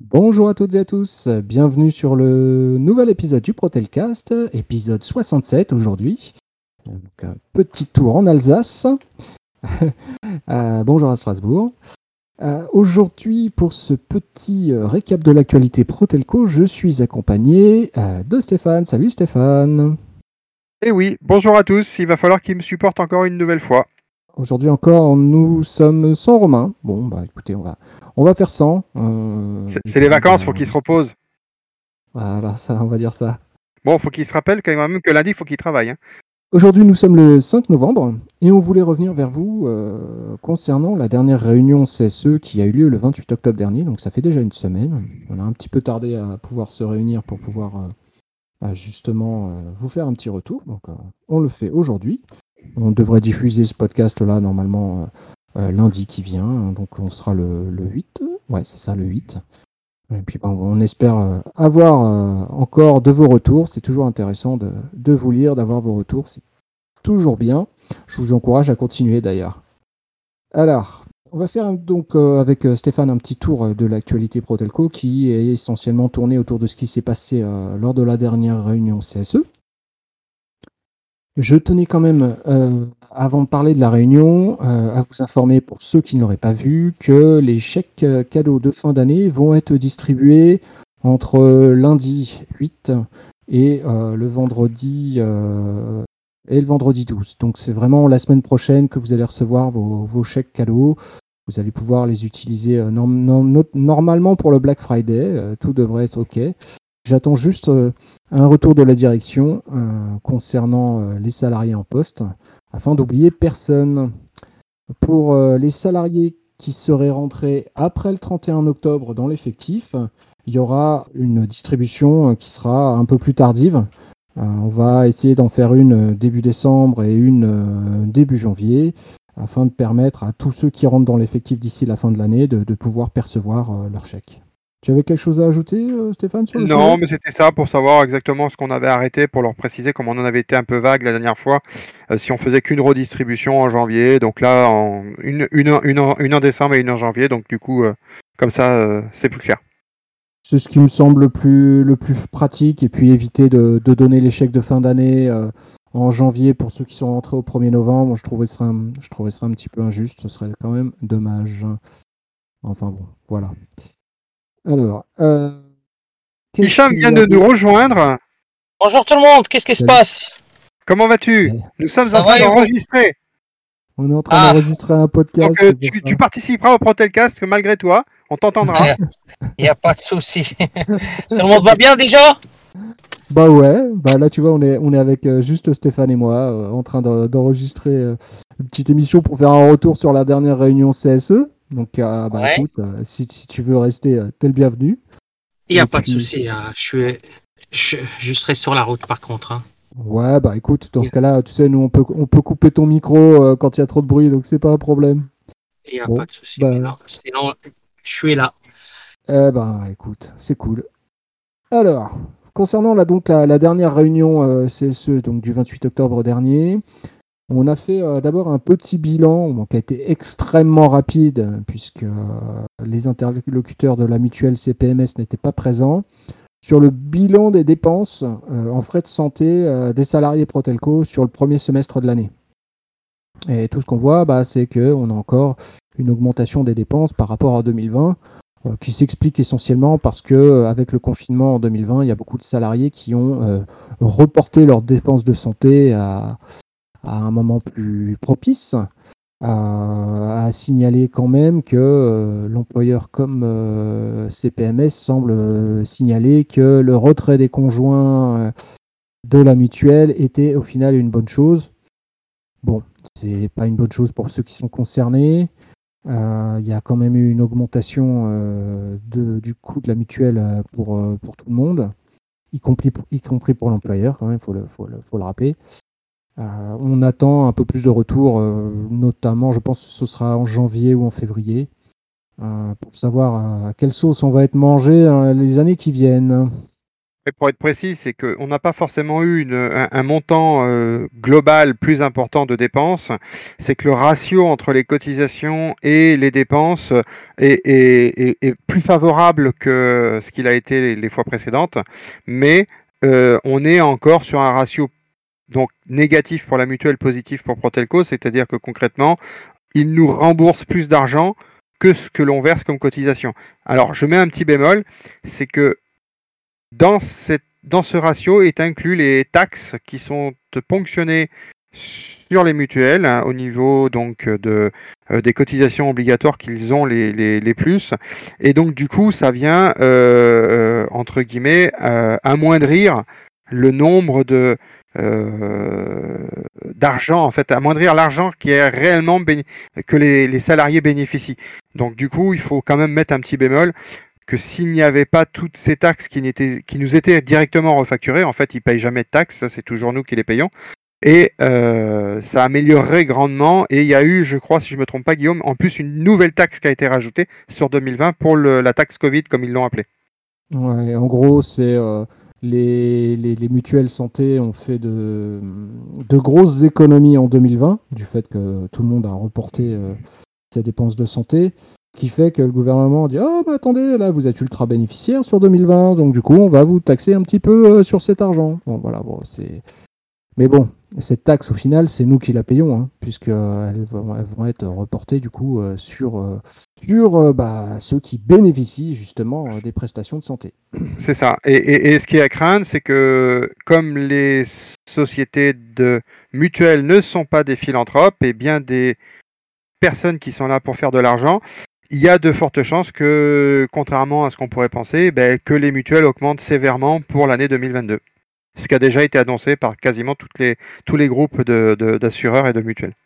Bonjour à toutes et à tous, bienvenue sur le nouvel épisode du Protelcast, épisode 67 aujourd'hui. Donc, un petit tour en Alsace. Bonjour à Strasbourg. Aujourd'hui, pour ce petit récap de l'actualité Protelco, je suis accompagné de Stéphane. Salut Stéphane. Eh oui, bonjour à tous, il va falloir qu'ils me supportent encore une nouvelle fois. Aujourd'hui encore, nous sommes sans Romain. Bon, bah écoutez, on va faire sans. C'est les vacances, faut qu'ils se reposent. Voilà, ça, on va dire ça. Bon, faut qu'ils se rappellent quand même que lundi, il faut qu'ils travaillent. Hein. Aujourd'hui, nous sommes le 5 novembre et on voulait revenir vers vous concernant la dernière réunion CSE qui a eu lieu le 28 octobre dernier, donc ça fait déjà une semaine. On a un petit peu tardé à pouvoir se réunir pour pouvoir justement vous faire un petit retour, donc on le fait aujourd'hui. On devrait diffuser ce podcast-là normalement lundi qui vient, donc on sera le 8, ouais c'est ça le 8. Et puis on espère avoir encore de vos retours, c'est toujours intéressant de vous lire, d'avoir vos retours, c'est toujours bien. Je vous encourage à continuer d'ailleurs. Alors, on va faire donc avec Stéphane un petit tour de l'actualité Protelco qui est essentiellement tourné autour de ce qui s'est passé lors de la dernière réunion CSE. Je tenais quand même, avant de parler de la réunion, à vous informer pour ceux qui ne l'auraient pas vu que les chèques cadeaux de fin d'année vont être distribués entre lundi 8 et le vendredi 12. Donc c'est vraiment la semaine prochaine que vous allez recevoir vos chèques cadeaux. Vous allez pouvoir les utiliser normalement pour le Black Friday. Tout devrait être OK. J'attends juste un retour de la direction concernant les salariés en poste, afin d'oublier personne. Pour les salariés qui seraient rentrés après le 31 octobre dans l'effectif, il y aura une distribution qui sera un peu plus tardive. On va essayer d'en faire une début décembre et une début janvier, afin de permettre à tous ceux qui rentrent dans l'effectif d'ici la fin de l'année de pouvoir percevoir leur chèque. Tu avais quelque chose à ajouter, Stéphane, sur le sujet ? Non, mais c'était ça pour savoir exactement ce qu'on avait arrêté, pour leur préciser, comme on en avait été un peu vague la dernière fois, si on faisait qu'une redistribution en janvier, donc là, une en décembre et une en janvier, donc du coup, comme ça, c'est plus clair. C'est ce qui me semble le plus pratique, et puis éviter de donner les chèques de fin d'année en janvier pour ceux qui sont rentrés au 1er novembre. Je trouverais ça un petit peu injuste, ce serait quand même dommage. Enfin bon, voilà. Alors, Hicham vient de nous rejoindre. Bonjour tout le monde, qu'est-ce qui se passe? Comment vas-tu? Nous sommes en train d'enregistrer. On est en train d'enregistrer un podcast. Donc tu participeras au Protelcast malgré toi, on t'entendra. Il n'y a pas de souci. Tout le monde va bien déjà? Bah ouais, bah là tu vois on est avec juste Stéphane et moi en train d'enregistrer une petite émission pour faire un retour sur la dernière réunion CSE. Donc bah Ouais. écoute, si tu veux rester, t'es le bienvenu. Il n'y a pas de souci, je serai sur la route par contre. Hein. Ouais bah écoute, dans ce cas-là, tu sais, nous on peut couper ton micro quand il y a trop de bruit, donc c'est pas un problème. Il n'y a pas de souci, mais non, sinon je suis là. Bah écoute, c'est cool. Alors, concernant la dernière réunion CSE donc du 28 octobre dernier, on a fait d'abord un petit bilan qui a été extrêmement rapide puisque les interlocuteurs de la mutuelle CPMS n'étaient pas présents. Sur le bilan des dépenses en frais de santé des salariés Protelco sur le premier semestre de l'année. Et tout ce qu'on voit, c'est qu'on a encore une augmentation des dépenses par rapport à 2020 qui s'explique essentiellement parce qu'avec le confinement en 2020, il y a beaucoup de salariés qui ont reporté leurs dépenses de santé à un moment plus propice, à signaler quand même que l'employeur comme CPMS semble signaler que le retrait des conjoints de la mutuelle était au final une bonne chose. Bon, c'est pas une bonne chose pour ceux qui sont concernés. Il y a quand même eu une augmentation du coût de la mutuelle pour tout le monde, y compris pour l'employeur quand même, faut le rappeler. On attend un peu plus de retours, notamment, je pense que ce sera en janvier ou en février, pour savoir à quelle sauce on va être mangé les années qui viennent. Et pour être précis, c'est qu'on n'a pas forcément eu un montant global plus important de dépenses. C'est que le ratio entre les cotisations et les dépenses est plus favorable que ce qu'il a été les fois précédentes. Mais on est encore sur un ratio donc négatif pour la mutuelle, positif pour Protelco. C'est-à-dire que concrètement, il nous rembourse plus d'argent que ce que l'on verse comme cotisation. Alors, je mets un petit bémol, c'est que dans ce ratio est inclus les taxes qui sont ponctionnées sur les mutuelles au niveau donc des cotisations obligatoires qu'ils ont les plus. Et donc du coup, ça vient entre guillemets amoindrir le nombre d'argent, en fait, amoindrir l'argent qui est réellement que les salariés bénéficient. Donc du coup, il faut quand même mettre un petit bémol que s'il n'y avait pas toutes ces taxes qui nous étaient directement refacturées, en fait, ils ne payent jamais de taxes, ça c'est toujours nous qui les payons, et ça améliorerait grandement. Et il y a eu, je crois, si je ne me trompe pas, Guillaume, en plus une nouvelle taxe qui a été rajoutée sur 2020 pour la taxe Covid, comme ils l'ont appelé. Ouais, en gros, c'est les mutuelles santé ont fait de grosses économies en 2020, du fait que tout le monde a reporté ses dépenses de santé. Qui fait que le gouvernement dit mais attendez, là vous êtes ultra bénéficiaire sur 2020, donc du coup on va vous taxer un petit peu sur cet argent. Bon voilà, c'est. Mais bon, cette taxe au final c'est nous qui la payons, hein, puisque elles vont être reportées du coup sur ceux qui bénéficient justement des prestations de santé. C'est ça. Et ce qui est à craindre, c'est que comme les sociétés de mutuelles ne sont pas des philanthropes et bien des personnes qui sont là pour faire de l'argent, il y a de fortes chances que, contrairement à ce qu'on pourrait penser, que les mutuelles augmentent sévèrement pour l'année 2022. Ce qui a déjà été annoncé par quasiment tous les groupes d'assureurs et de mutuelles.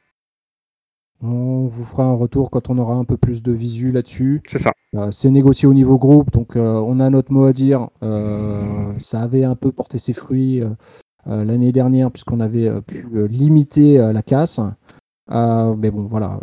On vous fera un retour quand on aura un peu plus de visu là-dessus. C'est ça. C'est négocié au niveau groupe, donc on a notre mot à dire. Ça avait un peu porté ses fruits l'année dernière, puisqu'on avait pu limiter la casse. Mais bon, voilà.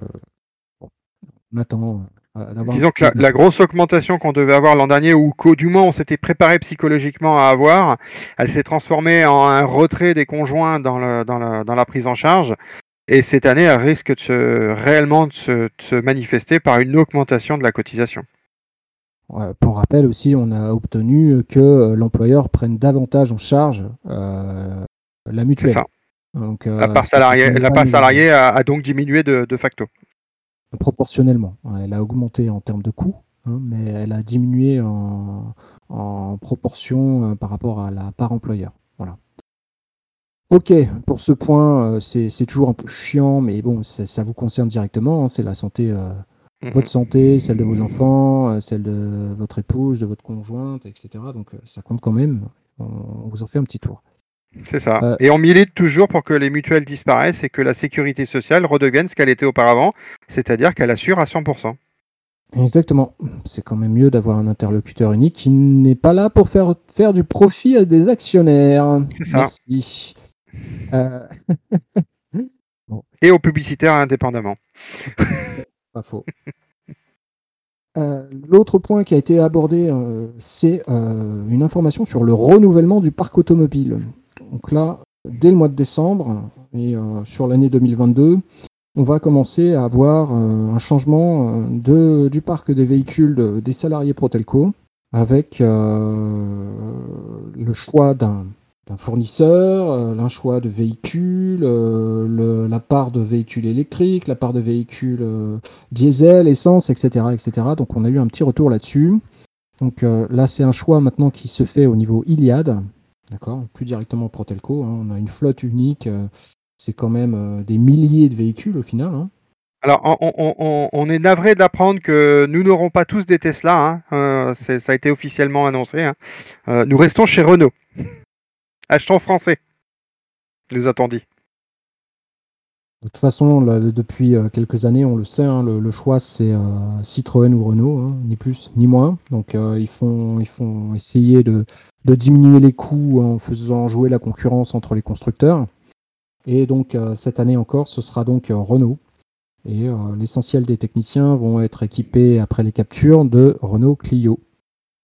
On attend d'avoir. Disons que la grosse augmentation qu'on devait avoir l'an dernier, ou qu'au du moins on s'était préparé psychologiquement à avoir, elle s'est transformée en un retrait des conjoints dans la prise en charge. Et cette année, elle risque réellement de se manifester par une augmentation de la cotisation. Pour rappel aussi, on a obtenu que l'employeur prenne davantage en charge la mutuelle. C'est ça. Donc, la part salariée a donc diminué de facto. Proportionnellement. Elle a augmenté en termes de coûts, hein, mais elle a diminué en proportion par rapport à la part employeur. Voilà. Ok, pour ce point, c'est toujours un peu chiant, mais bon, ça vous concerne directement. Hein, c'est la santé, votre santé, celle de vos enfants, celle de votre épouse, de votre conjointe, etc. Donc ça compte quand même. On vous en fait un petit tour. C'est ça. Et on milite toujours pour que les mutuelles disparaissent et que la sécurité sociale redevienne ce qu'elle était auparavant, c'est-à-dire qu'elle assure à 100%. Exactement. C'est quand même mieux d'avoir un interlocuteur unique qui n'est pas là pour faire du profit à des actionnaires. C'est ça. Merci. Bon. Et aux publicitaires indépendamment. Pas faux. L'autre point qui a été abordé, c'est une information sur le renouvellement du parc automobile. Donc là, dès le mois de décembre et sur l'année 2022, on va commencer à avoir un changement du parc des véhicules des salariés Protelco avec le choix d'un fournisseur, un choix de véhicules, la part de véhicules électriques, la part de véhicules diesel, essence, etc., etc. Donc on a eu un petit retour là-dessus. Donc là, c'est un choix maintenant qui se fait au niveau Iliad, d'accord, plus directement Protelco. Hein. On a une flotte unique. C'est quand même des milliers de véhicules au final. Hein. Alors, on est navré d'apprendre que nous n'aurons pas tous des Tesla. Hein. Ça a été officiellement annoncé. Hein. Nous restons chez Renault. Achetons français, nous a-t-on dit. De toute façon, là, depuis quelques années, on le sait, hein, le choix c'est Citroën ou Renault, hein, ni plus ni moins. Donc ils font essayer de diminuer les coûts en faisant jouer la concurrence entre les constructeurs. Et donc cette année encore, ce sera donc Renault. Et l'essentiel des techniciens vont être équipés après les captures de Renault Clio.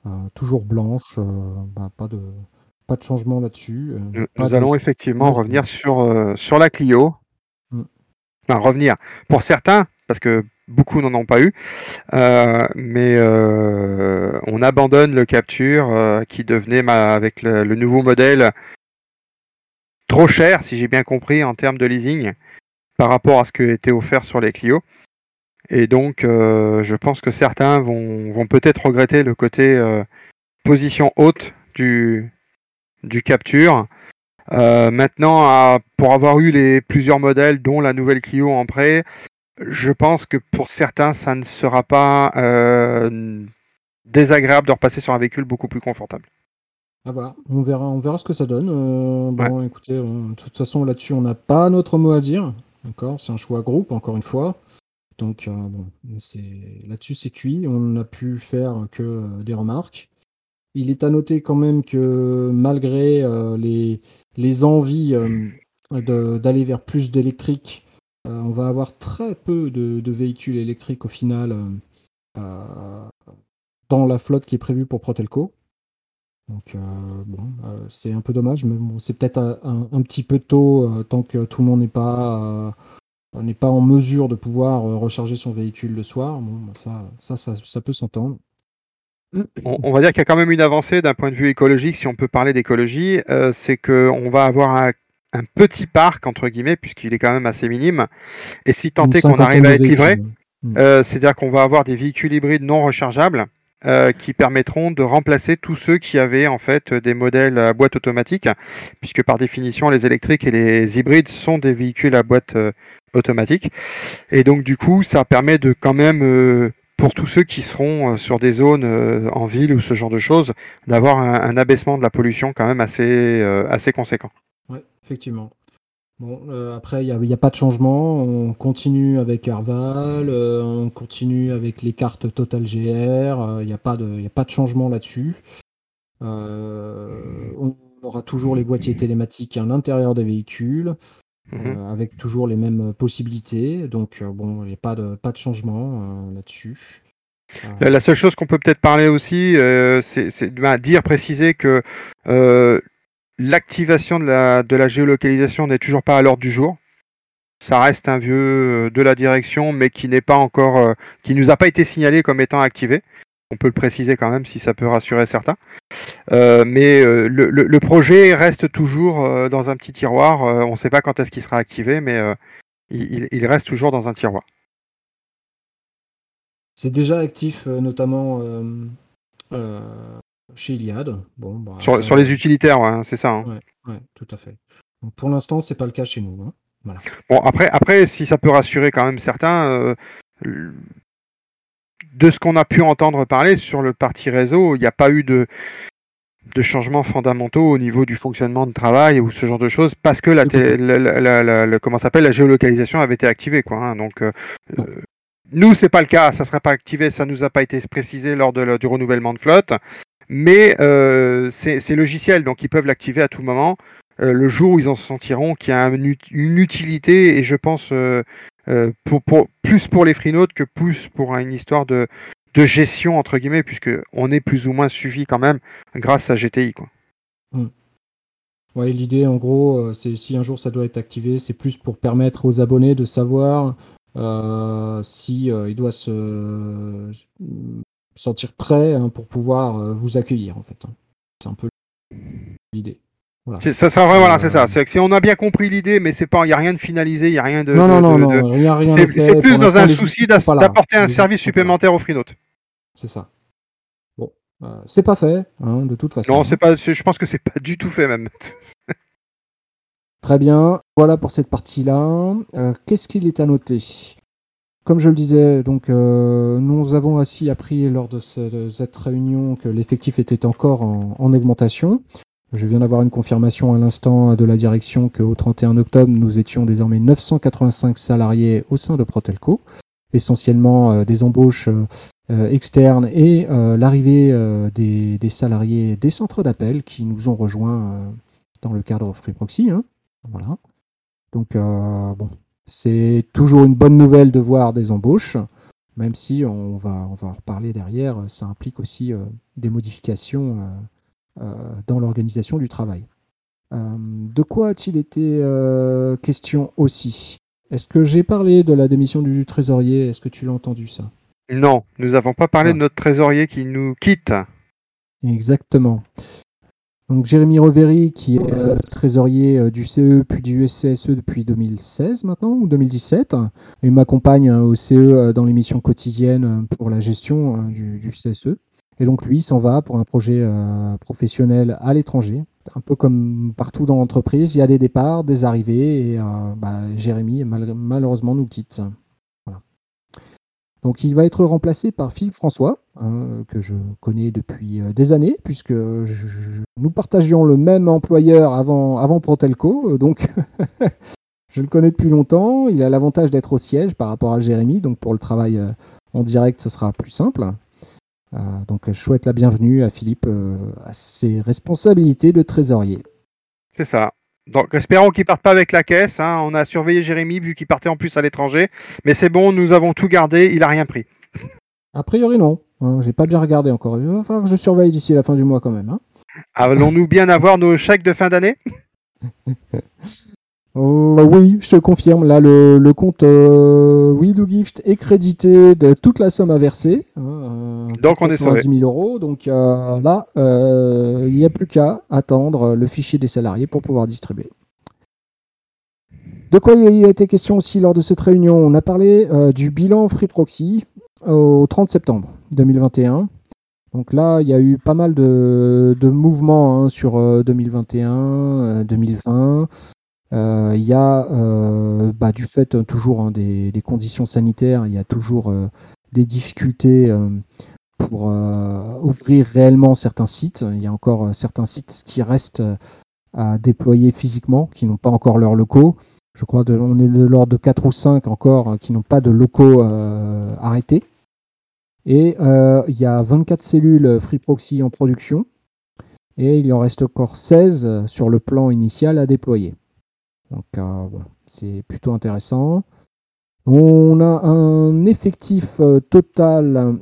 toujours blanche, pas de changement là-dessus. Nous allons effectivement revenir sur la Clio. Mm. Enfin, revenir pour certains, parce que beaucoup n'en ont pas eu, mais on abandonne le Capture qui devenait avec le nouveau modèle trop cher, si j'ai bien compris, en termes de leasing par rapport à ce qui était offert sur les Clio. Et donc, je pense que certains vont peut-être regretter le côté position haute du Capture. Maintenant, pour avoir eu plusieurs modèles, dont la nouvelle Clio en prêt, je pense que pour certains, ça ne sera pas désagréable de repasser sur un véhicule beaucoup plus confortable. À voir. On verra ce que ça donne. Bon, écoutez, de toute façon, là-dessus, on n'a pas notre mot à dire. D'accord, c'est un choix groupe, encore une fois. Donc, là-dessus, c'est cuit. On n'a pu faire que des remarques. Il est à noter quand même que malgré les envies d'aller vers plus d'électrique, on va avoir très peu de véhicules électriques au final dans la flotte qui est prévue pour Protelco. Donc c'est un peu dommage, mais bon, c'est peut-être un petit peu tôt tant que tout le monde n'est pas en mesure de pouvoir recharger son véhicule le soir. Bon, ça peut s'entendre. On va dire qu'il y a quand même une avancée d'un point de vue écologique, si on peut parler d'écologie, c'est qu'on va avoir un petit parc, entre guillemets, puisqu'il est quand même assez minime. Et si tant est qu'on arrive à être livré, c'est-à-dire qu'on va avoir des véhicules hybrides non rechargeables qui permettront de remplacer tous ceux qui avaient en fait des modèles à boîte automatique, puisque par définition, les électriques et les hybrides sont des véhicules à boîte automatique. Et donc, du coup, ça permet de quand même... pour tous ceux qui seront sur des zones en ville ou ce genre de choses, d'avoir un abaissement de la pollution quand même assez conséquent. Oui, effectivement. Bon, après, il n'y a pas de changement. On continue avec Arval, on continue avec les cartes Total GR. Il n'y a pas de changement là-dessus. On aura toujours les boîtiers télématiques à l'intérieur des véhicules. Avec toujours les mêmes possibilités. Donc, bon, il n'y a pas de changement là-dessus. La seule chose qu'on peut peut-être parler aussi, c'est préciser que l'activation de la géolocalisation n'est toujours pas à l'ordre du jour. Ça reste un vœu de la direction, mais qui n'est pas encore, qui nous a pas été signalé comme étant activé. On peut le préciser quand même si ça peut rassurer certains. Mais le projet reste toujours dans un petit tiroir. On ne sait pas quand est-ce qu'il sera activé, mais il reste toujours dans un tiroir. C'est déjà actif, notamment chez Iliad. Bon, sur les utilitaires, ouais, c'est ça. Hein. Ouais, tout à fait. Donc, pour l'instant, c'est pas le cas chez nous. Hein. Voilà. Bon, après, si ça peut rassurer quand même certains, de ce qu'on a pu entendre parler sur le parti réseau, il n'y a pas eu de changements fondamentaux au niveau du fonctionnement de travail ou ce genre de choses, parce que la géolocalisation avait été activée, quoi. Hein, donc, nous, c'est pas le cas, ça sera pas activé, ça nous a pas été précisé lors du renouvellement de flotte, mais c'est logiciel, donc ils peuvent l'activer à tout moment. Le jour où ils en sentiront qu'il y a une utilité, et je pense plus pour les freenotes que plus pour une histoire de gestion, entre guillemets, puisqu'on est plus ou moins suivi quand même grâce à GTI. Quoi. Ouais, l'idée, en gros, c'est si un jour ça doit être activé, c'est plus pour permettre aux abonnés de savoir si il doit se sentir prêt pour pouvoir vous accueillir, en fait. C'est un peu l'idée. Voilà. Ça sera vrai, voilà, c'est ça. C'est que si on a bien compris l'idée, mais il n'y a rien de finalisé, il n'y a rien de. Non, rien c'est plus dans un souci d'apporter un service supplémentaire aux freenotes. C'est ça. Bon, c'est pas fait, de toute façon. Non, c'est pas. Je pense que c'est pas du tout fait même. Très bien. Voilà pour cette partie-là. Qu'est-ce qu'il est à noter ? Comme je le disais, donc nous avons aussi appris lors de cette réunion que l'effectif était encore en augmentation. Je viens d'avoir une confirmation à l'instant de la direction qu'au 31 octobre, nous étions désormais 985 salariés au sein de Protelco, essentiellement des embauches externes et l'arrivée des salariés des centres d'appel qui nous ont rejoints dans le cadre Free Proxy. Hein. Voilà. Donc, bon, c'est toujours une bonne nouvelle de voir des embauches. même si on va en reparler derrière, ça implique aussi des modifications dans l'organisation du travail. De quoi a-t-il été question aussi? Est-ce que j'ai parlé de la démission du trésorier? Est-ce que tu l'as entendu ça? Non, nous n'avons pas parlé Ah. de notre trésorier qui nous quitte. Exactement. Donc Jérémy Revery, qui est trésorier du CE puis du CSE depuis 2016 maintenant, ou 2017. Il m'accompagne au CE dans l'émission quotidienne pour la gestion du CSE. Et donc lui s'en va pour un projet professionnel à l'étranger. Un peu comme partout dans l'entreprise, il y a des départs, des arrivées, et Jérémy malheureusement nous quitte. Voilà. Donc il va être remplacé par Philippe François, que je connais depuis des années, puisque nous partagions le même employeur avant Protelco, donc je le connais depuis longtemps. Il a l'avantage d'être au siège par rapport à Jérémy, donc pour le travail en direct, ce sera plus simple. Donc je souhaite la bienvenue à Philippe à ses responsabilités de trésorier. C'est ça. Donc espérons qu'il ne parte pas avec la caisse. Hein. On a surveillé Jérémy vu qu'il partait en plus à l'étranger. Mais c'est bon, nous avons tout gardé, il n'a rien pris. A priori non, j'ai pas bien regardé encore. Il va falloir que je surveille d'ici la fin du mois quand même. Hein. Allons-nous bien avoir nos chèques de fin d'année? Oui, je te confirme. Là, le compte WeDoGift est crédité de toute la somme à verser. Donc on est sauvé. 10 000 euros. Donc là, il n'y a plus qu'à attendre le fichier des salariés pour pouvoir distribuer. De quoi il a été question aussi lors de cette réunion? On a parlé du bilan Free Proxy au 30 septembre 2021. Donc là, il y a eu pas mal de mouvements sur 2021, 2020. Il y a du fait toujours des conditions sanitaires, il y a toujours des difficultés pour ouvrir réellement certains sites. Il y a encore certains sites qui restent à déployer physiquement, qui n'ont pas encore leurs locaux. Je crois on est de l'ordre de 4 ou 5 encore qui n'ont pas de locaux arrêtés. Et il y a 24 cellules Free Proxy en production et il en reste encore 16 sur le plan initial à déployer. Donc c'est plutôt intéressant. On a un effectif total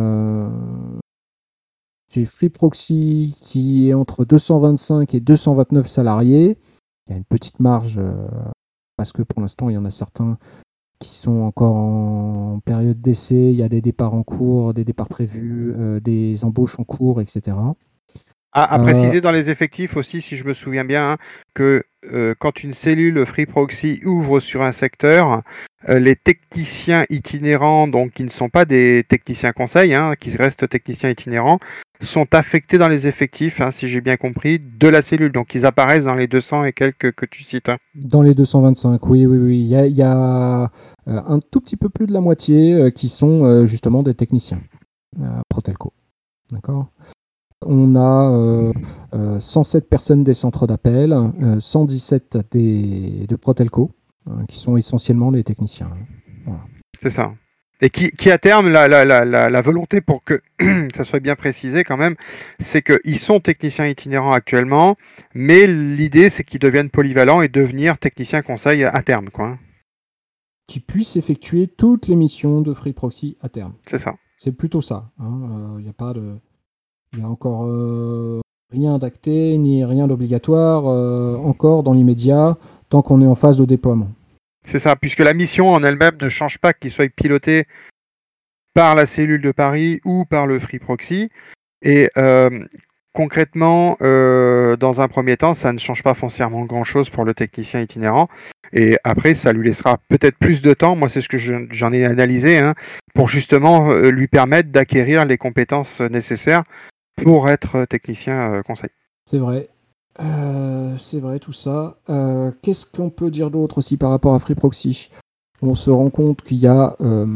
chez Free Proxy qui est entre 225 et 229 salariés. Il y a une petite marge parce que pour l'instant, il y en a certains qui sont encore en période d'essai. Il y a des départs en cours, des départs prévus, des embauches en cours, etc. À préciser dans les effectifs aussi, si je me souviens bien, que quand une cellule Free Proxy ouvre sur un secteur, les techniciens itinérants, donc qui ne sont pas des techniciens conseils, qui restent techniciens itinérants, sont affectés dans les effectifs, si j'ai bien compris, de la cellule. Donc ils apparaissent dans les 200 et quelques que tu cites. Dans les 225, oui. Il y a un tout petit peu plus de la moitié qui sont justement des techniciens Protelco. D'accord. On a 107 personnes des centres d'appel, 117 de Protelco, qui sont essentiellement des techniciens. Voilà. C'est ça. Et qui à terme, la volonté pour que ça soit bien précisé quand même, c'est qu'ils sont techniciens itinérants actuellement, mais l'idée c'est qu'ils deviennent polyvalents et devenir techniciens conseil à terme, quoi. Qui puissent effectuer toutes les missions de Free Proxy à terme. C'est ça. C'est plutôt ça. Il n'y a encore rien d'acté, ni rien d'obligatoire encore dans l'immédiat, tant qu'on est en phase de déploiement. C'est ça, puisque la mission en elle-même ne change pas qu'il soit piloté par la cellule de Paris ou par le Free Proxy. Et concrètement, dans un premier temps, ça ne change pas foncièrement grand-chose pour le technicien itinérant. Et après, ça lui laissera peut-être plus de temps, moi c'est ce que j'en ai analysé, pour justement lui permettre d'acquérir les compétences nécessaires pour être technicien conseil. C'est vrai. Tout ça. Qu'est-ce qu'on peut dire d'autre aussi par rapport à Free Proxy? On se rend compte qu'il y a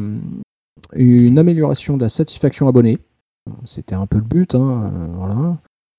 une amélioration de la satisfaction abonnée. C'était un peu le but, voilà.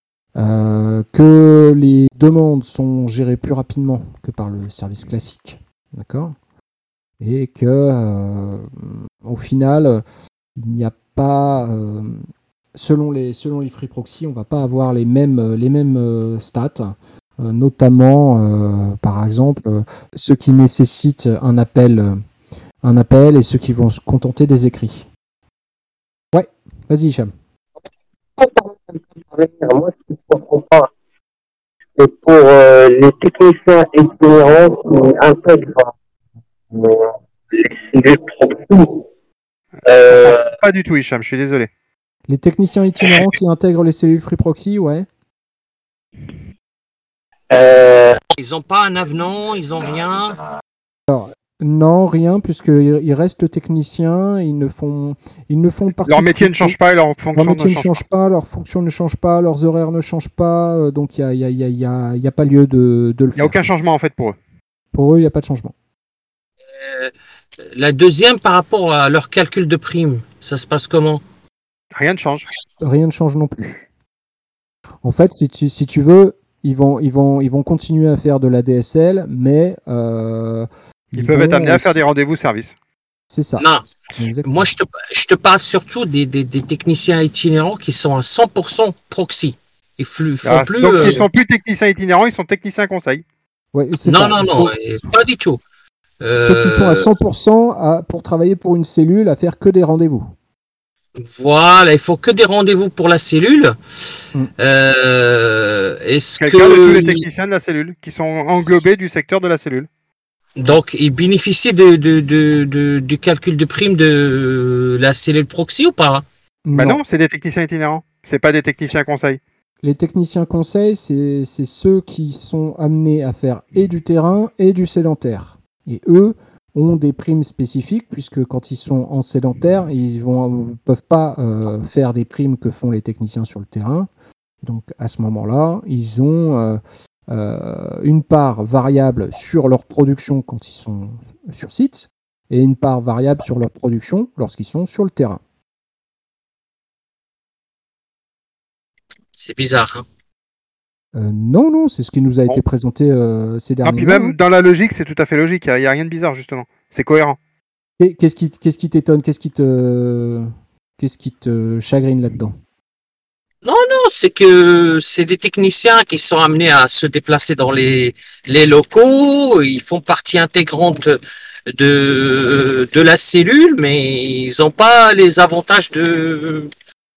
Que les demandes sont gérées plus rapidement que par le service classique, d'accord. Et que au final, il n'y a pas selon les Free Proxy, on va pas avoir les mêmes stats, notamment par exemple ceux qui nécessitent un appel un appel et ceux qui vont se contenter des écrits. Ouais, vas-y, Hicham. Moi, ce que je comprends pas, c'est pour les techniciens itinérants qui intègrent les cellules proxy. Pas du tout, Hicham, je suis désolé. Les techniciens itinérants qui intègrent les cellules Free Proxy, ouais. Ils n'ont pas un avenant, ils n'ont rien. Non, rien, puisqu'ils restent techniciens, ils ne font partie. Leur métier ne change pas et leur fonction ne change pas, leur fonction ne change pas, leurs horaires ne changent pas, donc il y a pas lieu de le faire. Il n'y a aucun changement en fait pour eux. Pour eux, il n'y a pas de changement. La deuxième, par rapport à leur calcul de prime, ça se passe comment? Rien ne change. Rien ne change non plus. En fait, si tu veux, ils vont continuer à faire de la DSL, mais ils peuvent être amenés à faire des rendez-vous service. C'est ça. Non, moi je te parle surtout des techniciens itinérants qui sont à 100% proxy. Ils font plus. Donc ils sont plus techniciens itinérants, ils sont techniciens conseil. Ouais, non, pas du tout. Ceux qui sont à 100% pour travailler pour une cellule, à faire que des rendez-vous. Voilà, il faut que des rendez-vous pour la cellule. Est-ce Quelqu'un de tous les techniciens de la cellule qui sont englobés du secteur de la cellule. Donc, ils bénéficient du calcul de prime de la cellule proxy ou pas? Non, c'est des techniciens itinérants. C'est pas des techniciens conseil. Les techniciens conseil, c'est ceux qui sont amenés à faire et du terrain et du sédentaire. Et eux ont des primes spécifiques, puisque quand ils sont en sédentaire, ils ne peuvent pas faire des primes que font les techniciens sur le terrain. Donc à ce moment-là, ils ont une part variable sur leur production quand ils sont sur site, et une part variable sur leur production lorsqu'ils sont sur le terrain. C'est bizarre, hein? Non, c'est ce qui nous a été présenté ces derniers mois. Puis même dans la logique, c'est tout à fait logique. Il n'y a rien de bizarre, justement. C'est cohérent. Et qu'est-ce qui t'étonne? Qu'est-ce qui te chagrine là-dedans? Non, c'est que c'est des techniciens qui sont amenés à se déplacer dans les locaux. Ils font partie intégrante de la cellule, mais ils n'ont pas les avantages de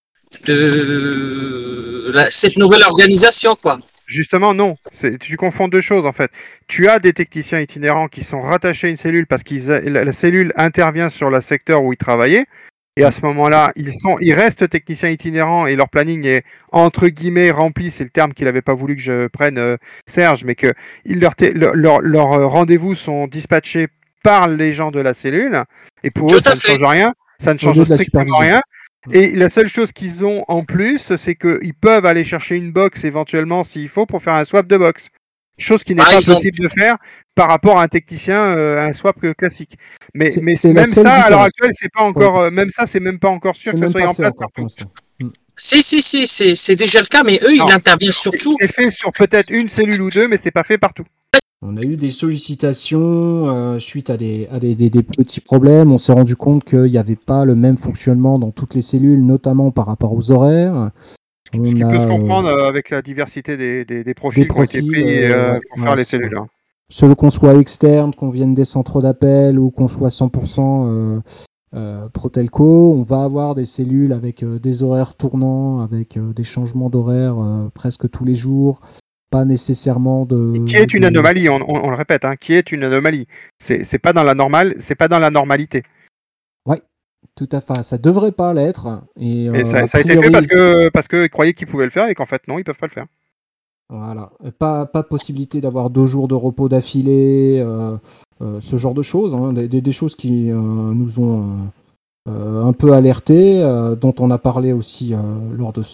cette nouvelle organisation, quoi. Justement, non. Tu confonds deux choses, en fait. Tu as des techniciens itinérants qui sont rattachés à une cellule parce que la cellule intervient sur le secteur où ils travaillaient. Et à ce moment-là, ils restent techniciens itinérants et leur planning est, entre guillemets, rempli. C'est le terme qu'il n'avait pas voulu que je prenne, Serge, mais que leurs rendez-vous sont dispatchés par les gens de la cellule. Et pour eux, ça ne change rien. Ça ne change strictement rien. Et la seule chose qu'ils ont en plus, c'est qu'ils peuvent aller chercher une box éventuellement s'il faut pour faire un swap de box. Chose qui n'est pas possible de faire par rapport à un technicien, un swap classique. Mais même ça, à l'heure actuelle, c'est pas encore, même ça, c'est même pas encore sûr que ça soit en place partout. Si, c'est déjà le cas, mais eux, ils interviennent surtout. C'est fait sur peut-être une cellule ou deux, mais c'est pas fait partout. On a eu des sollicitations suite à des petits problèmes. On s'est rendu compte qu'il n'y avait pas le même fonctionnement dans toutes les cellules, notamment par rapport aux horaires. Ce qui peut se comprendre avec la diversité des profils qui ont été pris pour faire les cellules. Selon qu'on soit externe, qu'on vienne des centres d'appel ou qu'on soit 100% Protelco, on va avoir des cellules avec des horaires tournants, avec des changements d'horaire presque tous les jours. Pas nécessairement qui est une anomalie, on le répète, hein, qui est une anomalie. C'est pas dans la normale, c'est pas dans la normalité. Ouais, tout à fait. Ça devrait pas l'être. Et ça a été fait parce que ils croyaient qu'ils pouvaient le faire et qu'en fait non, ils peuvent pas le faire. Voilà, pas possibilité d'avoir 2 jours de repos d'affilée, ce genre de choses, hein, des choses qui nous ont un peu alertés, dont on a parlé aussi lors de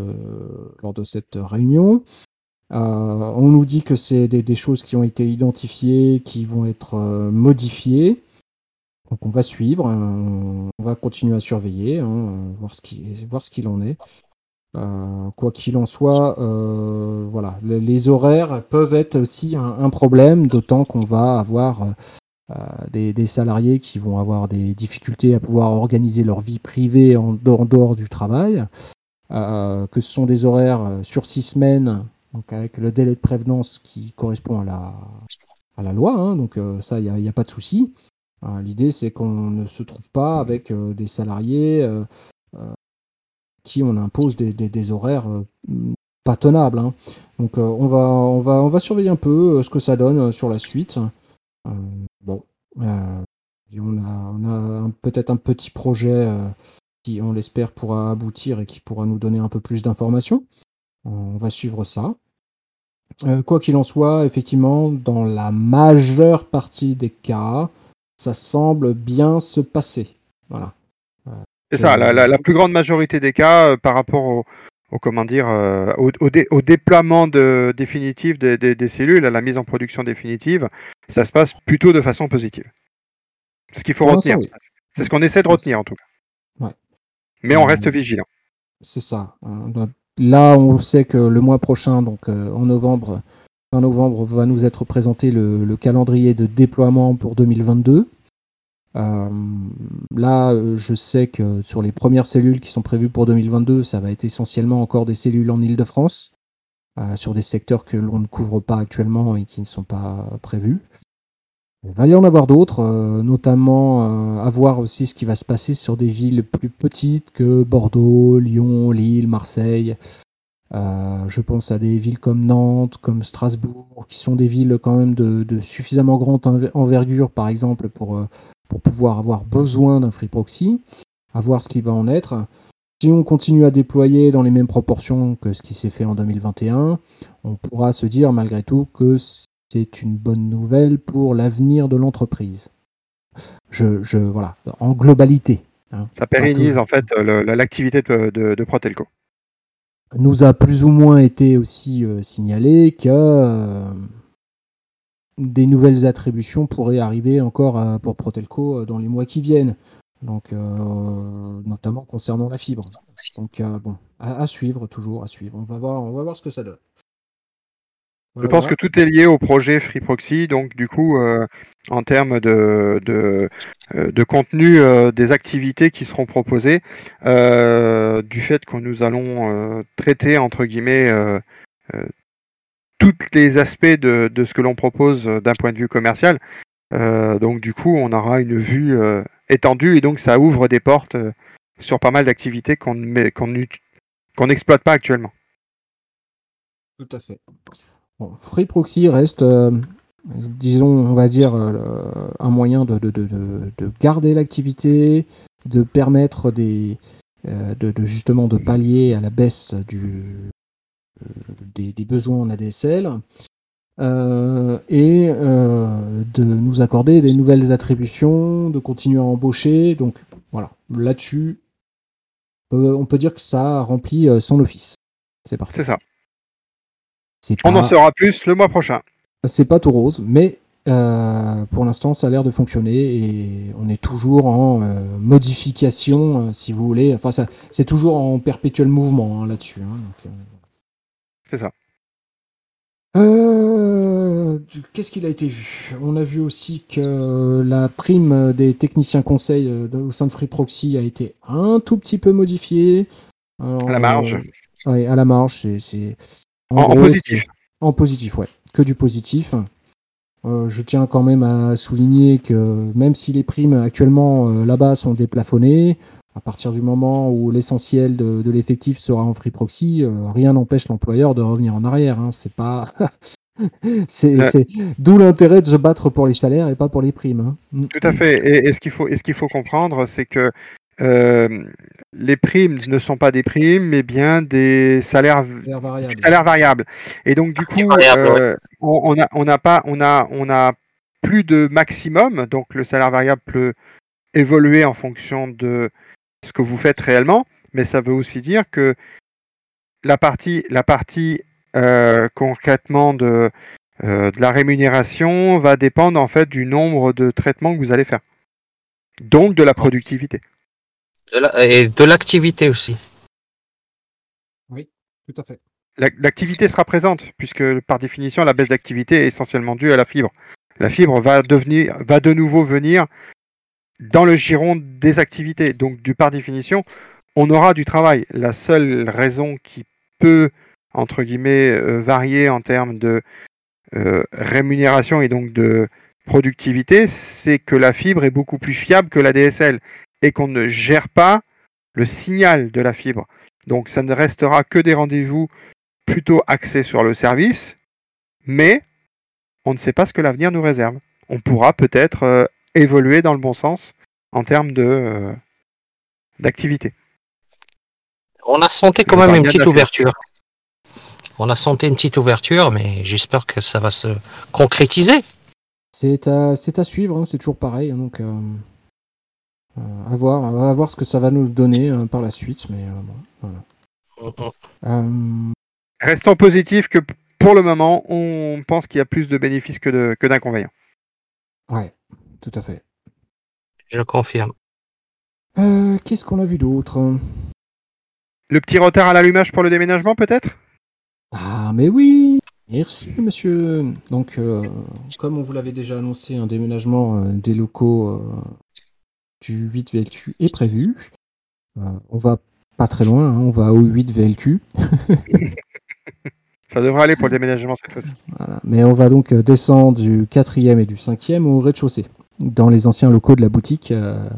cette réunion. On nous dit que c'est des choses qui ont été identifiées, qui vont être modifiées. Donc on va suivre, on va continuer à surveiller, voir ce qu'il en est. Quoi qu'il en soit, voilà, les horaires peuvent être aussi un problème, d'autant qu'on va avoir des salariés qui vont avoir des difficultés à pouvoir organiser leur vie privée en dehors du travail, que ce sont des horaires sur 6 semaines, donc avec le délai de prévenance qui correspond à la loi, donc ça, il n'y a pas de souci. L'idée, c'est qu'on ne se trouve pas avec des salariés qui on impose des horaires pas tenables, hein. Donc on va surveiller un peu ce que ça donne sur la suite. Euh, bon, et on a peut-être un petit projet qui, on l'espère, pourra aboutir et qui pourra nous donner un peu plus d'informations. On va suivre ça. Quoi qu'il en soit, effectivement, dans la majeure partie des cas, ça semble bien se passer. Voilà. C'est ça, la plus grande majorité des cas par rapport comment dire, au déploiement définitif des cellules, à la mise en production définitive, ça se passe plutôt de façon positive. C'est ce qu'il faut Pour l'instant, retenir. oui. C'est ce qu'on essaie de retenir en tout cas. Ouais. Mais on reste vigilant. C'est ça. Là, on sait que le mois prochain, donc en novembre, fin novembre, va nous être présenté le calendrier de déploiement pour 2022. Là, je sais que sur les premières cellules qui sont prévues pour 2022, ça va être essentiellement encore des cellules en Île-de-France, sur des secteurs que l'on ne couvre pas actuellement et qui ne sont pas prévus. Il va y en avoir d'autres, notamment à voir aussi ce qui va se passer sur des villes plus petites que Bordeaux, Lyon, Lille, Marseille. Je pense à des villes comme Nantes, comme Strasbourg, qui sont des villes quand même de suffisamment grande envergure, par exemple, pour pouvoir avoir besoin d'un free proxy, à voir ce qui va en être. Si on continue à déployer dans les mêmes proportions que ce qui s'est fait en 2021, on pourra se dire malgré tout que c'est une bonne nouvelle pour l'avenir de l'entreprise. Voilà, en globalité. Hein, ça pérennise en fait l'activité de Protelco. Nous a plus ou moins été aussi signalé que des nouvelles attributions pourraient arriver encore pour Protelco dans les mois qui viennent. Donc, notamment concernant la fibre. Donc, bon, à suivre, toujours à suivre. On va voir ce que ça donne. Je pense que tout est lié au projet Free Proxy, donc du coup, en termes de contenu des activités qui seront proposées, du fait que nous allons traiter, entre guillemets, tous les aspects de ce que l'on propose d'un point de vue commercial. Donc du coup, on aura une vue étendue et donc ça ouvre des portes sur pas mal d'activités qu'on n'exploite pas actuellement. Tout à fait. Bon, Free Proxy reste, disons, on va dire, un moyen de garder l'activité, de permettre justement de pallier à la baisse des besoins en ADSL et de nous accorder des nouvelles attributions, de continuer à embaucher. Donc voilà, là-dessus, on peut dire que ça remplit son office. C'est parfait. C'est ça. On en saura plus le mois prochain. C'est pas tout rose, mais pour l'instant, ça a l'air de fonctionner et on est toujours en modification, si vous voulez. Enfin, c'est toujours en perpétuel mouvement là-dessus. Donc, c'est ça. Qu'est-ce qu'il a été vu ? On a vu aussi que la prime des techniciens conseils au sein de Free Proxy a été un tout petit peu modifiée. Alors, à la marge. Ouais, à la marge, c'est en gros, positif. En positif, ouais. Que du positif. Je tiens quand même à souligner que même si les primes actuellement là-bas sont déplafonnées, à partir du moment où l'essentiel de l'effectif sera en free proxy, rien n'empêche l'employeur de revenir en arrière. Hein. C'est pas, c'est d'où l'intérêt de se battre pour les salaires et pas pour les primes. Hein. Tout à fait. Et ce qu'il faut comprendre, c'est que les primes ne sont pas des primes, mais bien des salaires variables. Et donc du coup, on a plus de maximum. Donc le salaire variable peut évoluer en fonction de ce que vous faites réellement, mais ça veut aussi dire que la partie concrètement de la rémunération va dépendre en fait du nombre de traitements que vous allez faire. Donc de la productivité. Et de l'activité aussi. Oui, tout à fait. L'activité sera présente, puisque par définition, la baisse d'activité est essentiellement due à la fibre. La fibre va de nouveau venir dans le giron des activités. Donc, par définition, on aura du travail. La seule raison qui peut, entre guillemets, varier en termes de rémunération et donc de productivité, c'est que la fibre est beaucoup plus fiable que la DSL et qu'on ne gère pas le signal de la fibre. Donc ça ne restera que des rendez-vous plutôt axés sur le service, mais on ne sait pas ce que l'avenir nous réserve. On pourra peut-être évoluer dans le bon sens en termes d'activité. On a senti quand même une petite ouverture. On a senti une petite ouverture, mais j'espère que ça va se concrétiser. C'est à suivre, hein, c'est toujours pareil. Hein, donc, à voir ce que ça va nous donner par la suite. Mais bon, voilà. Restons positifs que pour le moment, on pense qu'il y a plus de bénéfices que d'inconvénients. Ouais, tout à fait. Je confirme. Qu'est-ce qu'on a vu d'autre? Le petit retard à l'allumage pour le déménagement, peut-être? Ah, mais oui! Merci, monsieur. Donc, comme on vous l'avait déjà annoncé, un déménagement des locaux du 8 VLQ est prévu. On va pas très loin, hein, on va au 8 VLQ. Ça devrait aller pour le déménagement cette fois-ci. Voilà. Mais on va donc descendre du 4e et du 5e au rez-de-chaussée, dans les anciens locaux de la boutique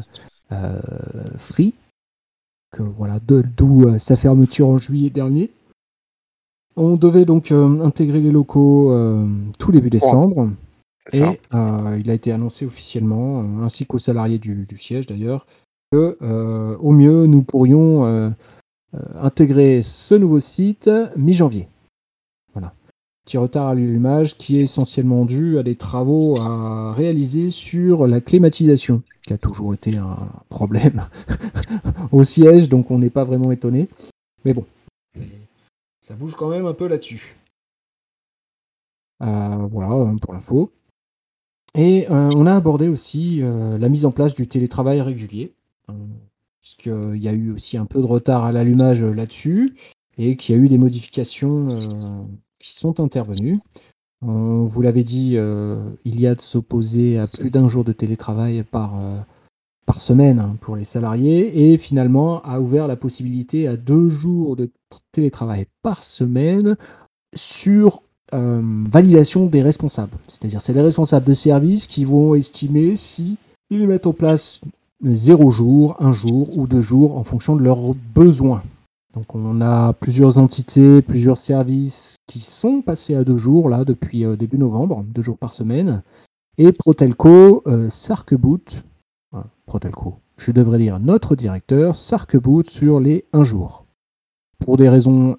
Free, voilà, d'où sa fermeture en juillet dernier. On devait donc intégrer les locaux tout début décembre. Et il a été annoncé officiellement, ainsi qu'aux salariés du siège d'ailleurs, que au mieux nous pourrions intégrer ce nouveau site mi-janvier. Voilà. Petit retard à l'allumage qui est essentiellement dû à des travaux à réaliser sur la climatisation, qui a toujours été un problème au siège, donc on n'est pas vraiment étonné. Mais bon, ça bouge quand même un peu là-dessus. Voilà pour l'info. Et on a abordé aussi la mise en place du télétravail régulier, puisqu'il y a eu aussi un peu de retard à l'allumage là-dessus, et qu'il y a eu des modifications qui sont intervenues. Vous l'avez dit, Iliad s'opposait à plus d'un jour de télétravail par semaine hein, pour les salariés, et finalement a ouvert la possibilité à 2 jours de télétravail par semaine sur validation des responsables. C'est-à-dire c'est les responsables de service qui vont estimer si ils mettent en place 0 jour, 1 jour ou 2 jours en fonction de leurs besoins. Donc on a plusieurs entités, plusieurs services qui sont passés à 2 jours là depuis début novembre, 2 jours par semaine. Et Protelco s'arc-boute, Protelco, je devrais dire notre directeur, s'arc-boute sur les 1 jour. Pour des raisons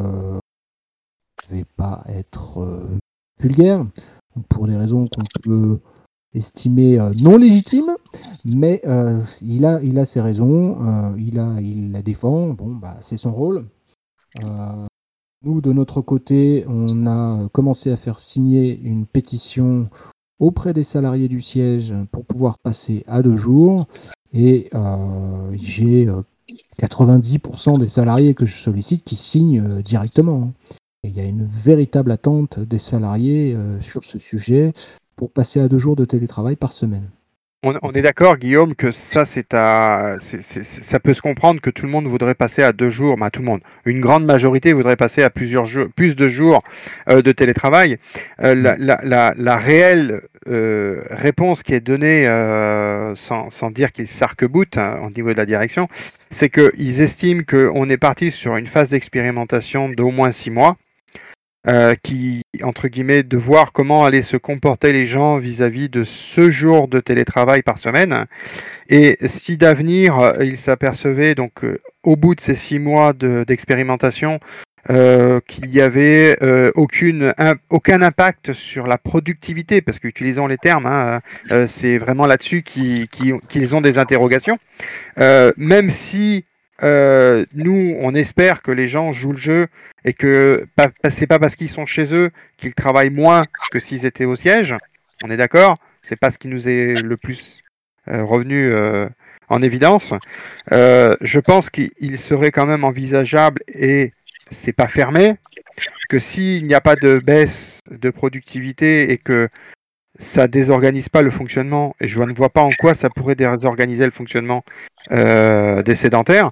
je ne vais pas être vulgaire, pour des raisons qu'on peut estimer non légitimes, mais il a ses raisons, il la défend, bon, bah, c'est son rôle. Nous, de notre côté, on a commencé à faire signer une pétition auprès des salariés du siège pour pouvoir passer à 2 jours, et j'ai 90% des salariés que je sollicite qui signent directement. Et il y a une véritable attente des salariés sur ce sujet pour passer à 2 jours de télétravail par semaine. On est d'accord, Guillaume, que ça, ça peut se comprendre que tout le monde voudrait passer à 2 jours, tout le monde. Une grande majorité voudrait passer à plus de jours de télétravail. La réelle réponse qui est donnée, sans dire qu'ils s'arc-boutent au niveau de la direction, c'est qu'ils estiment qu'on est parti sur une phase d'expérimentation d'au moins 6 mois. Qui, entre guillemets, de voir comment allaient se comporter les gens vis-à-vis de ce jour de télétravail par semaine. Et si d'avenir, ils s'apercevaient, donc, au bout de ces 6 mois d'expérimentation, qu'il n'y avait aucun impact sur la productivité, parce qu'utilisons les termes, c'est vraiment là-dessus qu'ils ont des interrogations. Même si nous, on espère que les gens jouent le jeu et que c'est pas parce qu'ils sont chez eux qu'ils travaillent moins que s'ils étaient au siège. On est d'accord? C'est pas ce qui nous est le plus revenu en évidence. Je pense qu'il serait quand même envisageable, et c'est pas fermé, que s'il n'y a pas de baisse de productivité et que ça désorganise pas le fonctionnement, et je ne vois pas en quoi ça pourrait désorganiser le fonctionnement des sédentaires,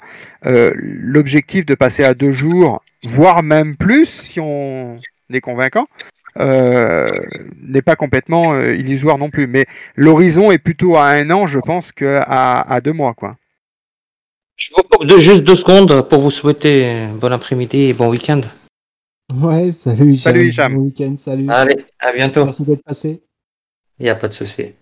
l'objectif de passer à 2 jours, voire même plus si on est convaincant, n'est pas complètement illusoire non plus. Mais l'horizon est plutôt à 1 an, je pense, qu'à 2 mois, quoi. Je vous coupe juste 2 secondes pour vous souhaiter bon après-midi et bon week-end. Ouais, salut Hicham. Salut Hicham. Bon week-end, salut. Allez, à bientôt. Merci d'être passé. Il n'y a pas de souci.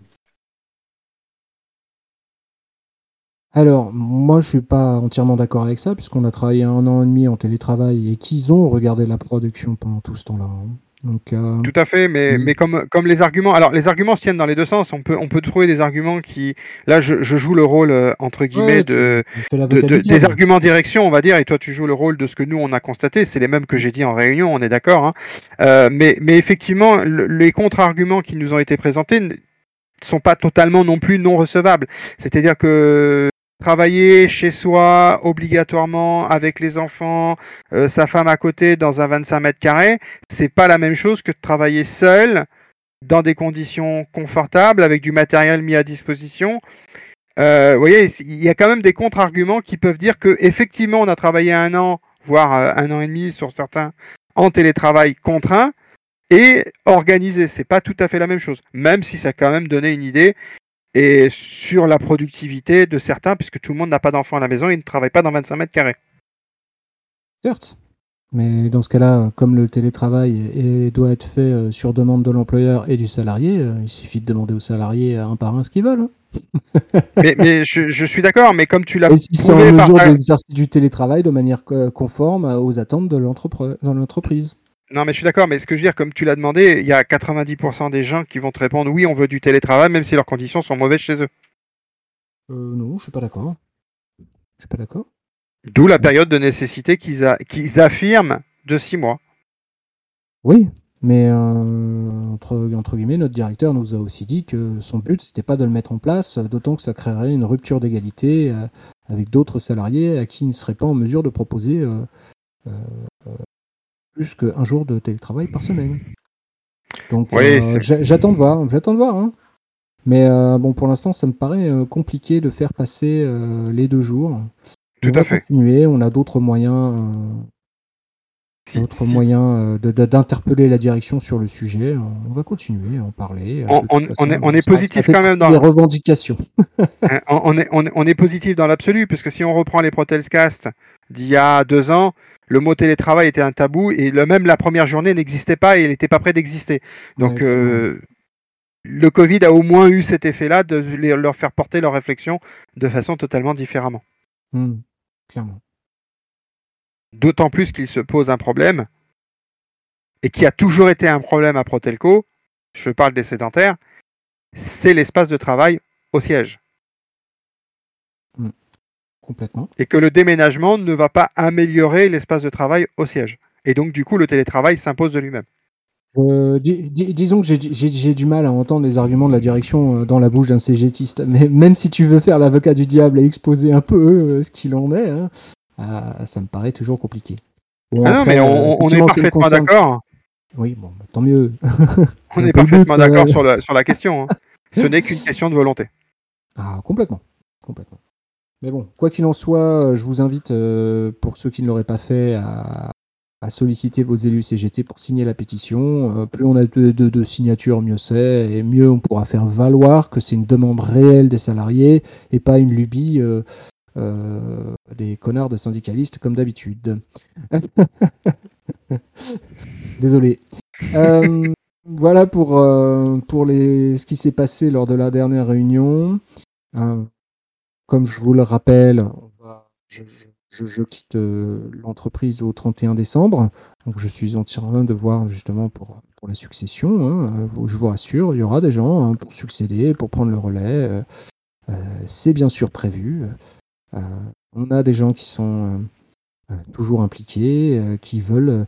Alors, moi, je suis pas entièrement d'accord avec ça, puisqu'on a travaillé 1 an et demi en télétravail et qu'ils ont regardé la production pendant tout ce temps-là. hein. Donc, Tout à fait, mais comme les arguments, alors les arguments se tiennent dans les deux sens. On peut trouver des arguments qui, là, je joue le rôle entre guillemets ouais, de, tu fais l'avocat du des diable. arguments direction, on va dire, et toi tu joues le rôle de ce que nous on a constaté. C'est les mêmes que j'ai dit en réunion, on est d'accord. Hein. Mais effectivement, les contre-arguments qui nous ont été présentés ne sont pas totalement non plus non recevables. C'est-à-dire que travailler chez soi obligatoirement avec les enfants, sa femme à côté dans un 25 mètres carrés, c'est pas la même chose que de travailler seul dans des conditions confortables avec du matériel mis à disposition. Vous voyez, il y a quand même des contre-arguments qui peuvent dire que effectivement on a travaillé 1 an, voire 1 an et demi sur certains en télétravail contraint et organisé. C'est pas tout à fait la même chose, même si ça a quand même donné une idée et sur la productivité de certains, puisque tout le monde n'a pas d'enfants à la maison et ne travaille pas dans 25 mètres carrés. Certes. Mais dans ce cas-là, comme le télétravail doit être fait sur demande de l'employeur et du salarié, il suffit de demander aux salariés un par un ce qu'ils veulent. hein. mais je suis d'accord, mais comme tu l'as Et s'ils sont en prouvé par mesure d'exercer du télétravail de manière conforme aux attentes de l'entreprise. Non, mais je suis d'accord, mais ce que je veux dire, comme tu l'as demandé, il y a 90% des gens qui vont te répondre oui, on veut du télétravail, même si leurs conditions sont mauvaises chez eux. Non, je suis pas d'accord. Je suis pas d'accord. D'où la période de nécessité qu'ils affirment de 6 mois. Oui, mais entre guillemets, notre directeur nous a aussi dit que son but, c'était pas de le mettre en place, d'autant que ça créerait une rupture d'égalité avec d'autres salariés à qui il ne serait pas en mesure de proposer plus qu'un jour de télétravail par semaine. Donc, Oui, j'attends de voir. Hein. Mais bon, pour l'instant, ça me paraît compliqué de faire passer les 2 jours. Tout à fait. Continuer, on a d'autres moyens. D'interpeller la direction sur le sujet. On va continuer à en parler. On est positif quand même dans les revendications. On est positif dans l'absolu, parce que si on reprend les Protelscast d'il y a 2 ans, le mot télétravail était un tabou et même la première journée n'existait pas et il n'était pas prêt d'exister. Donc le Covid a au moins eu cet effet-là de leur faire porter leurs réflexions de façon totalement différemment. Clairement. D'autant plus qu'il se pose un problème, et qui a toujours été un problème à Protelco, je parle des sédentaires, c'est l'espace de travail au siège. Complètement. Et que le déménagement ne va pas améliorer l'espace de travail au siège. Et donc, du coup, le télétravail s'impose de lui-même. Disons que j'ai du mal à entendre les arguments de la direction dans la bouche d'un cégétiste. Mais même si tu veux faire l'avocat du diable et exposer un peu ce qu'il en est, hein, ça me paraît toujours compliqué. Bon, après, non, mais on est parfaitement d'accord. Oui, bon, bah, tant mieux. On est parfaitement d'accord sur la question. Hein. Ce n'est qu'une question de volonté. Ah, complètement. Mais bon, quoi qu'il en soit, je vous invite, pour ceux qui ne l'auraient pas fait, à solliciter vos élus CGT pour signer la pétition. Plus on a de signatures, mieux c'est, et mieux on pourra faire valoir que c'est une demande réelle des salariés et pas une lubie des connards de syndicalistes comme d'habitude. Désolé. Voilà pour ce qui s'est passé lors de la dernière réunion. Comme je vous le rappelle, je quitte l'entreprise au 31 décembre. Donc je suis en train de voir justement pour la succession. Hein. Je vous rassure, il y aura des gens pour succéder, pour prendre le relais. C'est bien sûr prévu. On a des gens qui sont toujours impliqués, qui veulent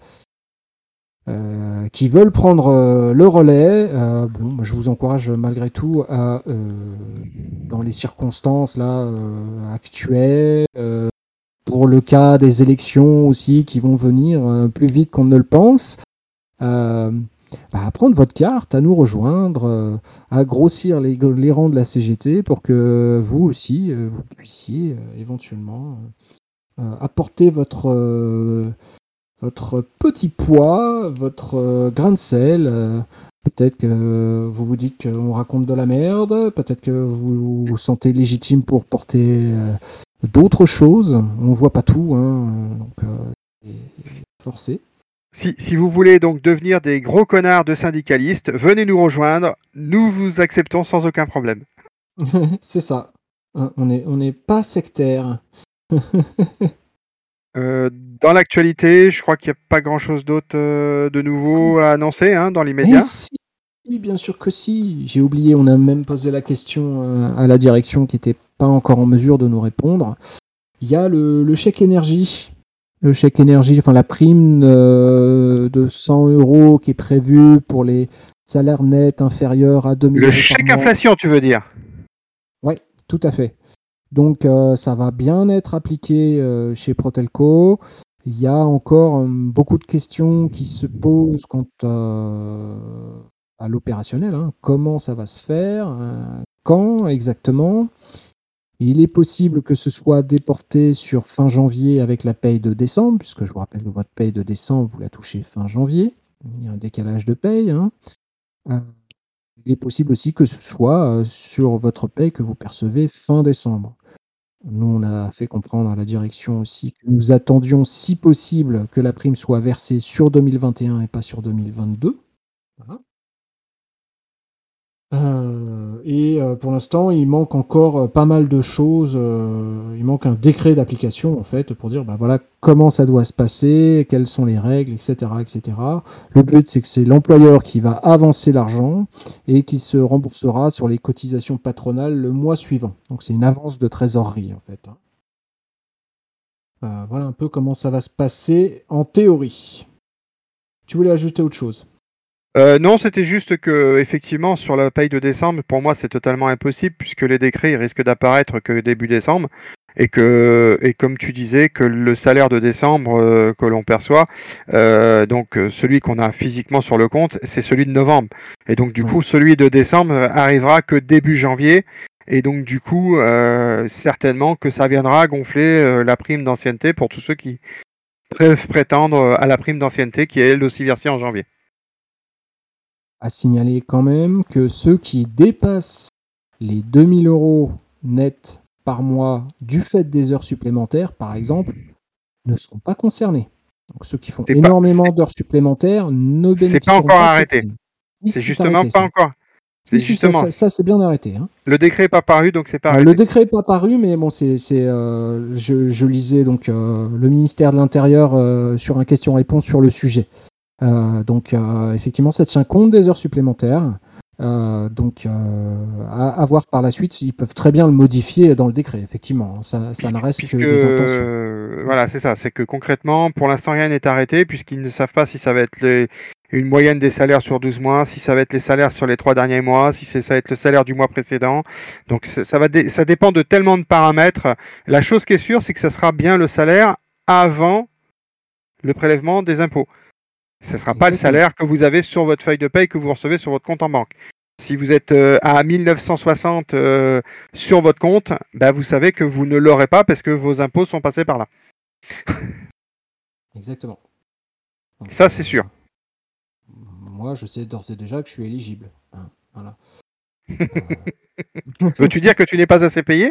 prendre le relais. Je vous encourage malgré tout à, dans les circonstances là actuelles, pour le cas des élections aussi qui vont venir plus vite qu'on ne le pense, à prendre votre carte, à nous rejoindre, à grossir les rangs de la CGT pour que vous aussi, vous puissiez éventuellement apporter votre votre petit poids, votre grain de sel. Peut-être que vous vous dites qu'on raconte de la merde, peut-être que vous vous sentez légitime pour porter d'autres choses. On ne voit pas tout, hein, donc c'est forcé. Si vous voulez donc devenir des gros connards de syndicalistes, venez nous rejoindre. Nous vous acceptons sans aucun problème. C'est ça. On n'est pas sectaire. Dans l'actualité, je crois qu'il n'y a pas grand-chose d'autre de nouveau à annoncer dans l'immédiat. Si, bien sûr que si. J'ai oublié, on a même posé la question à la direction qui n'était pas encore en mesure de nous répondre. Il y a le chèque énergie. Le chèque énergie, enfin la prime de 100 € qui est prévue pour les salaires nets inférieurs à 2000 € Le par chèque mois. inflation, tu veux dire? Oui, tout à fait. Donc ça va bien être appliqué chez Protelco. Il y a encore beaucoup de questions qui se posent quant à l'opérationnel. Comment ça va se faire? Quand exactement? Il est possible que ce soit déporté sur fin janvier avec la paye de décembre, puisque je vous rappelle que votre paye de décembre, vous la touchez fin janvier. Il y a un décalage de paye. Il est possible aussi que ce soit sur votre paye que vous percevez fin décembre. Nous, on a fait comprendre à la direction aussi que nous attendions, si possible, que la prime soit versée sur 2021 et pas sur 2022. Voilà. Pour l'instant, il manque encore pas mal de choses. Il manque un décret d'application, en fait, pour dire voilà comment ça doit se passer, quelles sont les règles, etc., etc. Le but, c'est que c'est l'employeur qui va avancer l'argent et qui se remboursera sur les cotisations patronales le mois suivant. Donc, c'est une avance de trésorerie, en fait. Voilà un peu comment ça va se passer en théorie. Tu voulais ajouter autre chose ? Non, c'était juste que effectivement sur la paye de décembre, pour moi c'est totalement impossible puisque les décrets ils risquent d'apparaître que début décembre et comme tu disais que le salaire de décembre que l'on perçoit, donc celui qu'on a physiquement sur le compte, c'est celui de novembre et donc du coup celui de décembre arrivera que début janvier et donc du coup certainement que ça viendra gonfler la prime d'ancienneté pour tous ceux qui peuvent prétendre à la prime d'ancienneté qui est elle aussi versée en janvier. À signaler quand même que ceux qui dépassent les 2000 € nets par mois du fait des heures supplémentaires, par exemple, ne seront pas concernés. Donc ceux qui font énormément d'heures supplémentaires ne bénéficieront pas. C'est pas encore arrêté. C'est justement arrêté, pas ça. encore. C'est justement. Ça c'est bien arrêté. Le décret n'est pas paru, donc c'est pas arrêté. Le décret n'est pas paru, mais bon, je lisais donc le ministère de l'Intérieur sur un question-réponse sur le sujet. Donc effectivement, ça tient compte des heures supplémentaires. Donc à voir par la suite, ils peuvent très bien le modifier dans le décret, effectivement. Ça ne reste que des intentions. Voilà, c'est ça. C'est que concrètement, pour l'instant, rien n'est arrêté, puisqu'ils ne savent pas si ça va être une moyenne des salaires sur 12 mois, si ça va être les salaires sur les 3 derniers mois, si ça va être le salaire du mois précédent. Donc ça dépend de tellement de paramètres. La chose qui est sûre, c'est que ça sera bien le salaire avant le prélèvement des impôts. Ce ne sera pas le salaire que vous avez sur votre feuille de paye que vous recevez sur votre compte en banque. Si vous êtes à 1960 sur votre compte, vous savez que vous ne l'aurez pas parce que vos impôts sont passés par là. Exactement. Donc, ça, c'est sûr. Moi, je sais d'ores et déjà que je suis éligible. Voilà. Veux-tu dire que tu n'es pas assez payé ?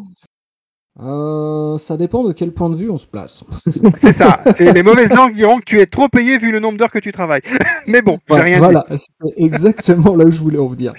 Ça dépend de quel point de vue on se place. C'est ça. C'est les mauvaises langues diront que tu es trop payé vu le nombre d'heures que tu travailles. Mais bon, j'ai rien dit. Voilà, c'est exactement là où je voulais en venir.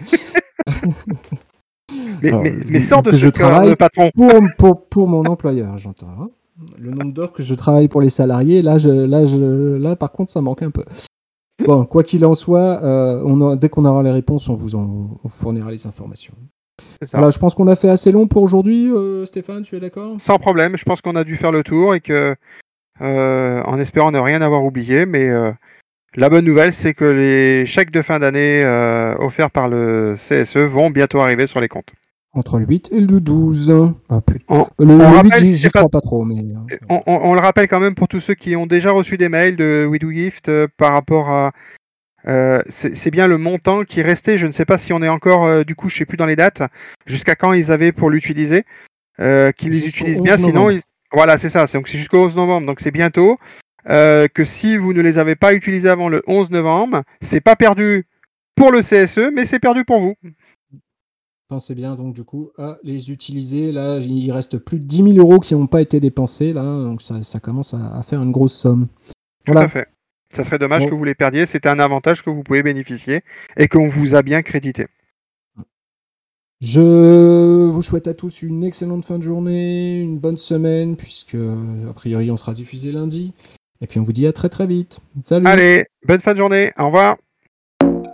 mais sors de ce travail de patron. Pour mon employeur, j'entends. Le nombre d'heures que je travaille pour les salariés, là par contre, ça manque un peu. Bon, quoi qu'il en soit, dès qu'on aura les réponses, on vous fournira les informations. Voilà, je pense qu'on a fait assez long pour aujourd'hui. Stéphane, tu es d'accord ? Sans problème, je pense qu'on a dû faire le tour et que, en espérant ne rien avoir oublié, mais la bonne nouvelle, c'est que les chèques de fin d'année offerts par le CSE vont bientôt arriver sur les comptes. Entre le 8 et le 12. Le 8, j'y crois pas trop. Mais on le rappelle quand même pour tous ceux qui ont déjà reçu des mails de We Do Gift par rapport à... c'est bien le montant qui restait. Je ne sais pas si on est encore, du coup, je ne sais plus dans les dates, jusqu'à quand ils avaient pour l'utiliser, qu'ils les utilisent bien. Sinon, voilà, c'est ça. Donc c'est jusqu'au 11 novembre, donc c'est bientôt. que si vous ne les avez pas utilisés avant le 11 novembre, c'est pas perdu pour le CSE, mais c'est perdu pour vous. Pensez bien donc du coup à les utiliser. Là, il reste plus de 10 000 € qui n'ont pas été dépensés là, donc ça commence à faire une grosse somme. Tout Voilà. à fait. Ça serait dommage Bon. que vous les perdiez. C'était un avantage que vous pouvez bénéficier et qu'on vous a bien crédité. Je vous souhaite à tous une excellente fin de journée, une bonne semaine, puisque a priori on sera diffusé lundi. Et puis on vous dit à très très vite. Salut. Allez, bonne fin de journée. Au revoir.